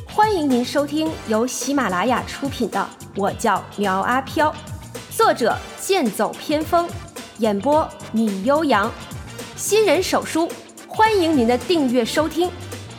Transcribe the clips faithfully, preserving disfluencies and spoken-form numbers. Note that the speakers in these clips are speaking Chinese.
欢迎您收听由喜马拉雅出品的《我叫苗阿飘》，作者剑走偏锋，演播米悠扬，新人手书，欢迎您的订阅收听。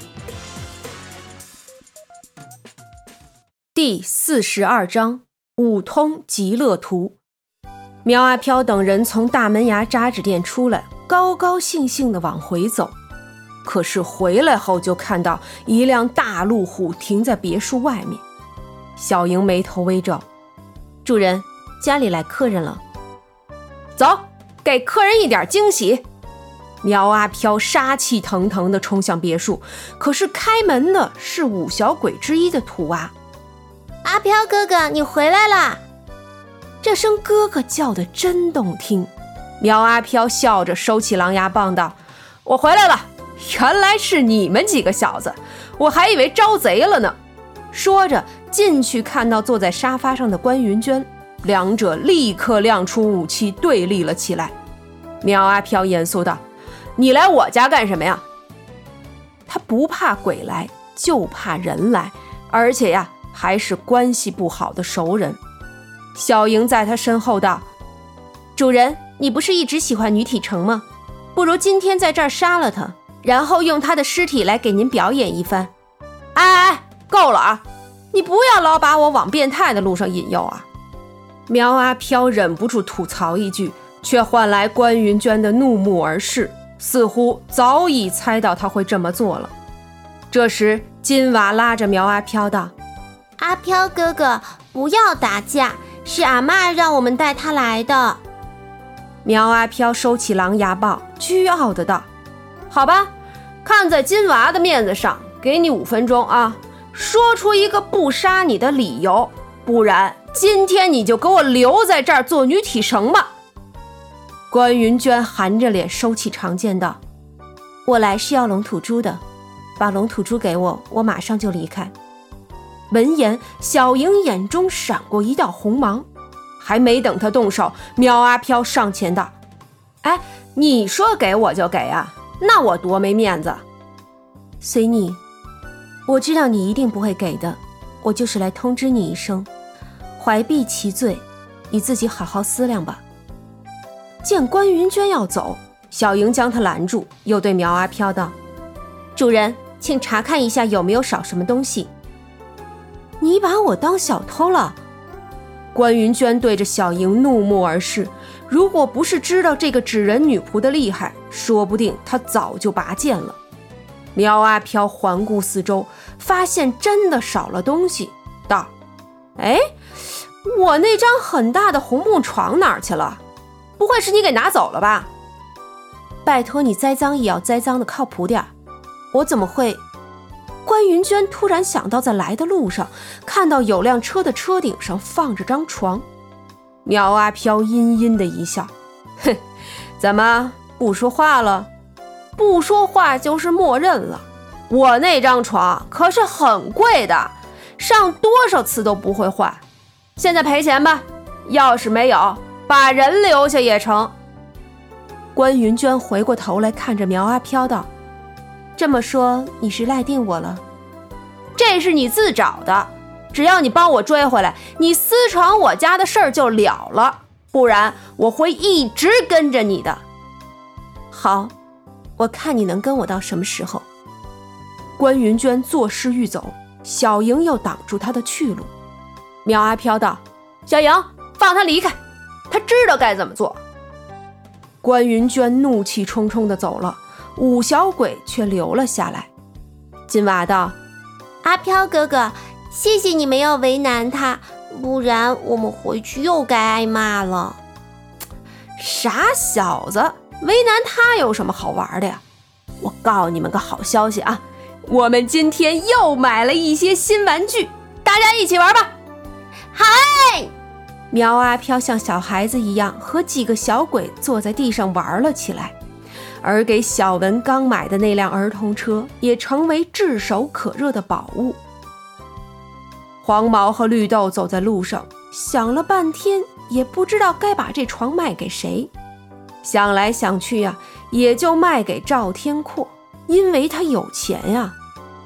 第四十二章五通极乐图。苗阿飘等人从大门牙扎纸店出来，高高兴兴地往回走。可是回来后就看到一辆大路虎停在别墅外面。小莹眉头微皱，主人，家里来客人了。走，给客人一点惊喜。苗阿飘杀气腾腾地冲向别墅，可是开门的是五小鬼之一的土娃。 阿飘哥哥，你回来啦！ 这声哥哥叫得真动听。苗阿飘笑着收起狼牙棒道，我回来了，原来是你们几个小子，我还以为招贼了呢。说着进去看到坐在沙发上的关云娟，两者立刻亮出武器对立了起来。苗阿飘严肃道，你来我家干什么呀？他不怕鬼来，就怕人来，而且呀还是关系不好的熟人。小莹在他身后道，主人，你不是一直喜欢女体城吗？不如今天在这儿杀了他，然后用他的尸体来给您表演一番。哎哎，够了啊！你不要老把我往变态的路上引诱啊！苗阿飘忍不住吐槽一句，却换来关云娟的怒目而视，似乎早已猜到他会这么做了。这时金娃拉着苗阿飘道， 阿飘哥哥，不要打架，是阿嬷让我们带他来的。 苗阿飘收起狼牙棒，倨傲的道，好吧，看在金娃的面子上，给你五分钟啊，说出一个不杀你的理由，不然今天你就给我留在这儿做女体绳吧。关云娟含着脸收起长剑道，我来是要龙吐珠的，把龙吐珠给我，我马上就离开。闻言，小莹眼中闪过一道红芒，还没等他动手，苗阿飘上前道，哎，你说给我就给啊，那我多没面子。随你，我知道你一定不会给的，我就是来通知你一声，怀璧其罪，你自己好好思量吧。见关云娟要走，小莹将她拦住，又对苗阿飘道，主人，请查看一下有没有少什么东西。你把我当小偷了？关云娟对着小莹怒目而视，如果不是知道这个纸人女仆的厉害，说不定她早就拔剑了。苗阿飘环顾四周，发现真的少了东西，道，哎，我那张很大的红木床哪儿去了？不会是你给拿走了吧？拜托你栽赃也要栽赃的靠谱点，我怎么会？关云娟突然想到，在来的路上看到有辆车的车顶上放着张床。苗阿飘阴阴的一笑，哼，怎么不说话了？不说话就是默认了。我那张床可是很贵的，上多少次都不会换。现在赔钱吧，要是没有，把人留下也成。关云娟回过头来看着苗阿飘道，这么说你是赖定我了？这是你自找的，只要你帮我追回来，你私闯我家的事儿就了了，不然我会一直跟着你的。好，我看你能跟我到什么时候。关云娟作势欲走，小莹又挡住她的去路。苗阿飘道，小莹，放他离开，他知道该怎么做。关云娟怒气冲冲地走了，五小鬼却留了下来。金娃道， 阿飘哥哥，谢谢你没有为难他，不然我们回去又该挨骂了。 傻小子，为难他有什么好玩的呀？我告诉你们个好消息啊，我们今天又买了一些新玩具，大家一起玩吧。 好哎！ 苗阿飘像小孩子一样和几个小鬼坐在地上玩了起来，而给小文刚买的那辆儿童车也成为炙手可热的宝物。黄毛和绿豆走在路上，想了半天也不知道该把这床卖给谁，想来想去呀、啊，也就卖给赵天阔，因为他有钱呀、啊。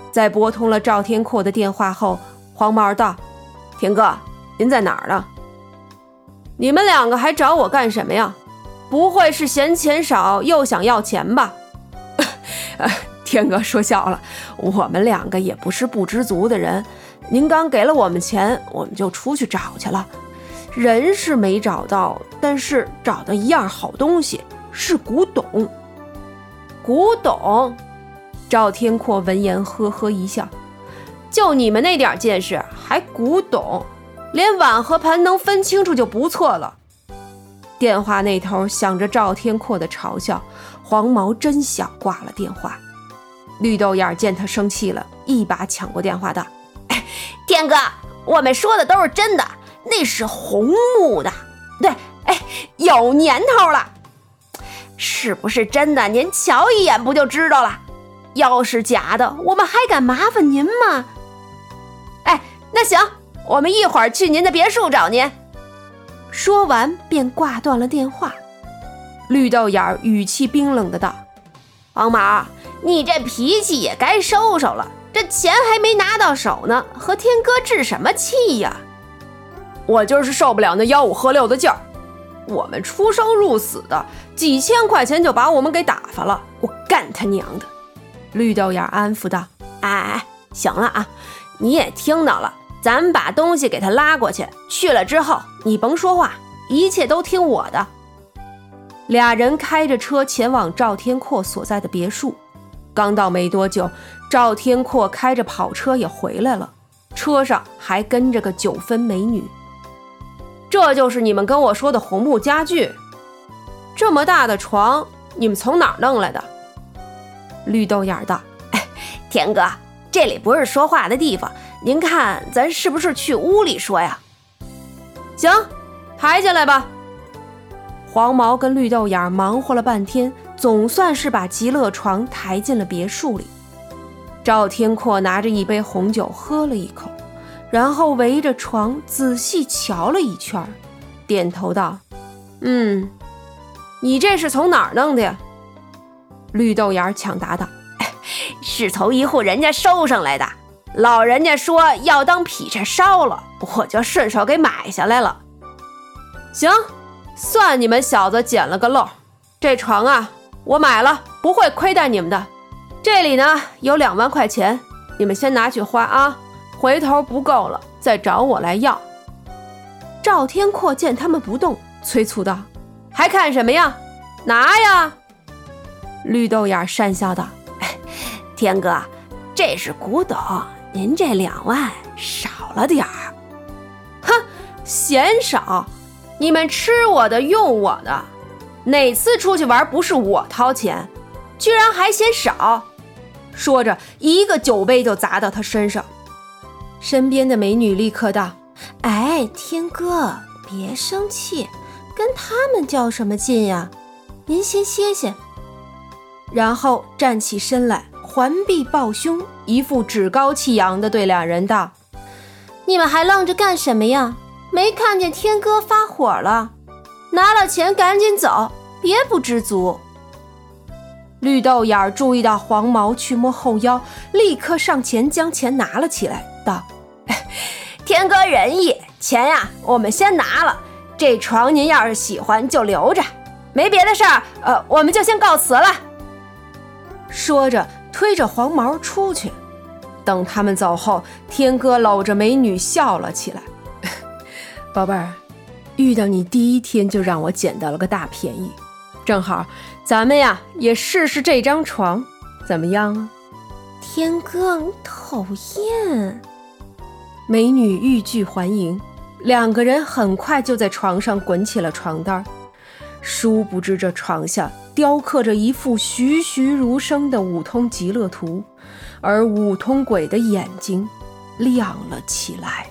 在拨通了赵天阔的电话后，黄毛道：天哥，您在哪儿呢？你们两个还找我干什么呀？不会是嫌钱少又想要钱吧？天哥说笑了，我们两个也不是不知足的人，您刚给了我们钱，我们就出去找去了。人是没找到，但是找到一样好东西，是古董。古董？赵天阔闻言呵呵一笑，就你们那点见识，还古董？连碗和盘能分清楚就不错了。电话那头响着赵天阔的嘲笑，黄毛真想挂了电话。绿豆眼见他生气了，一把抢过电话道： 哎，天哥，我们说的都是真的，那是红木的，对，哎，有年头了。是不是真的？您瞧一眼不就知道了？要是假的，我们还敢麻烦您吗？哎，那行，我们一会儿去您的别墅找您。 说完便挂断了电话。绿豆眼语气冰冷的道： 黄毛，你这脾气也该收收了，这钱还没拿到手呢，和天哥置什么气呀？ 我就是受不了那吆五喝六的劲儿，我们出生入死的，几千块钱就把我们给打发了，我干他娘的！绿豆眼安抚道： 哎哎，行了啊，你也听到了，咱们把东西给他拉过去，去了之后你甭说话，一切都听我的。 俩人开着车前往赵天阔所在的别墅，刚到没多久，赵天阔开着跑车也回来了，车上还跟着个九分美女。这就是你们跟我说的红木家具？这么大的床，你们从哪儿弄来的？绿豆眼道： 哎，天哥，这里不是说话的地方，您看咱是不是去屋里说呀？ 行，抬进来吧。黄毛跟绿豆眼忙活了半天，总算是把极乐床抬进了别墅里。赵天阔拿着一杯红酒喝了一口，然后围着床仔细瞧了一圈，点头道：嗯，你这是从哪儿弄的呀？绿豆眼抢答道： 是从一户人家收上来的，老人家说要当劈柴烧了，我就顺手给买下来了。 行，算你们小子捡了个漏，这床啊我买了，不会亏待你们的。这里呢有两万块钱，你们先拿去花啊，回头不够了再找我来要。赵天阔见他们不动，催促道：还看什么呀，拿呀！绿豆眼讪笑道： 天哥，这是古董，您这两万少了点儿。 哼，嫌少？你们吃我的用我的，哪次出去玩不是我掏钱，居然还嫌少？说着一个酒杯就砸到他身上。身边的美女立刻道： 哎，天哥别生气，跟他们较什么劲呀？您先歇歇。 然后站起身来，环臂抱胸，一副趾高气扬地对两人道： 你们还愣着干什么呀？没看见天哥发火了？拿了钱赶紧走，别不知足。 绿豆眼注意到黄毛去摸后腰，立刻上前将钱拿了起来，道： 天哥仁义，钱呀我们先拿了，这床您要是喜欢就留着，没别的事儿，呃，我们就先告辞了。 说着推着黄毛出去。等他们走后，天哥搂着美女笑了起来：宝贝儿，遇到你第一天就让我捡到了个大便宜，正好咱们呀也试试这张床，怎么样啊？ 天哥你讨厌。 美女欲拒还迎，两个人很快就在床上滚起了床单。殊不知这床下雕刻着一幅栩栩如生的五通极乐图，而五通鬼的眼睛亮了起来。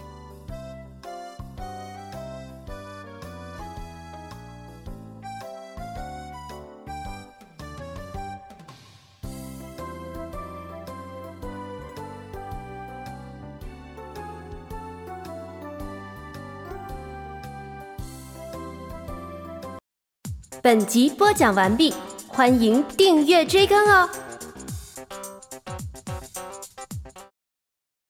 本集播讲完毕，欢迎订阅追更哦。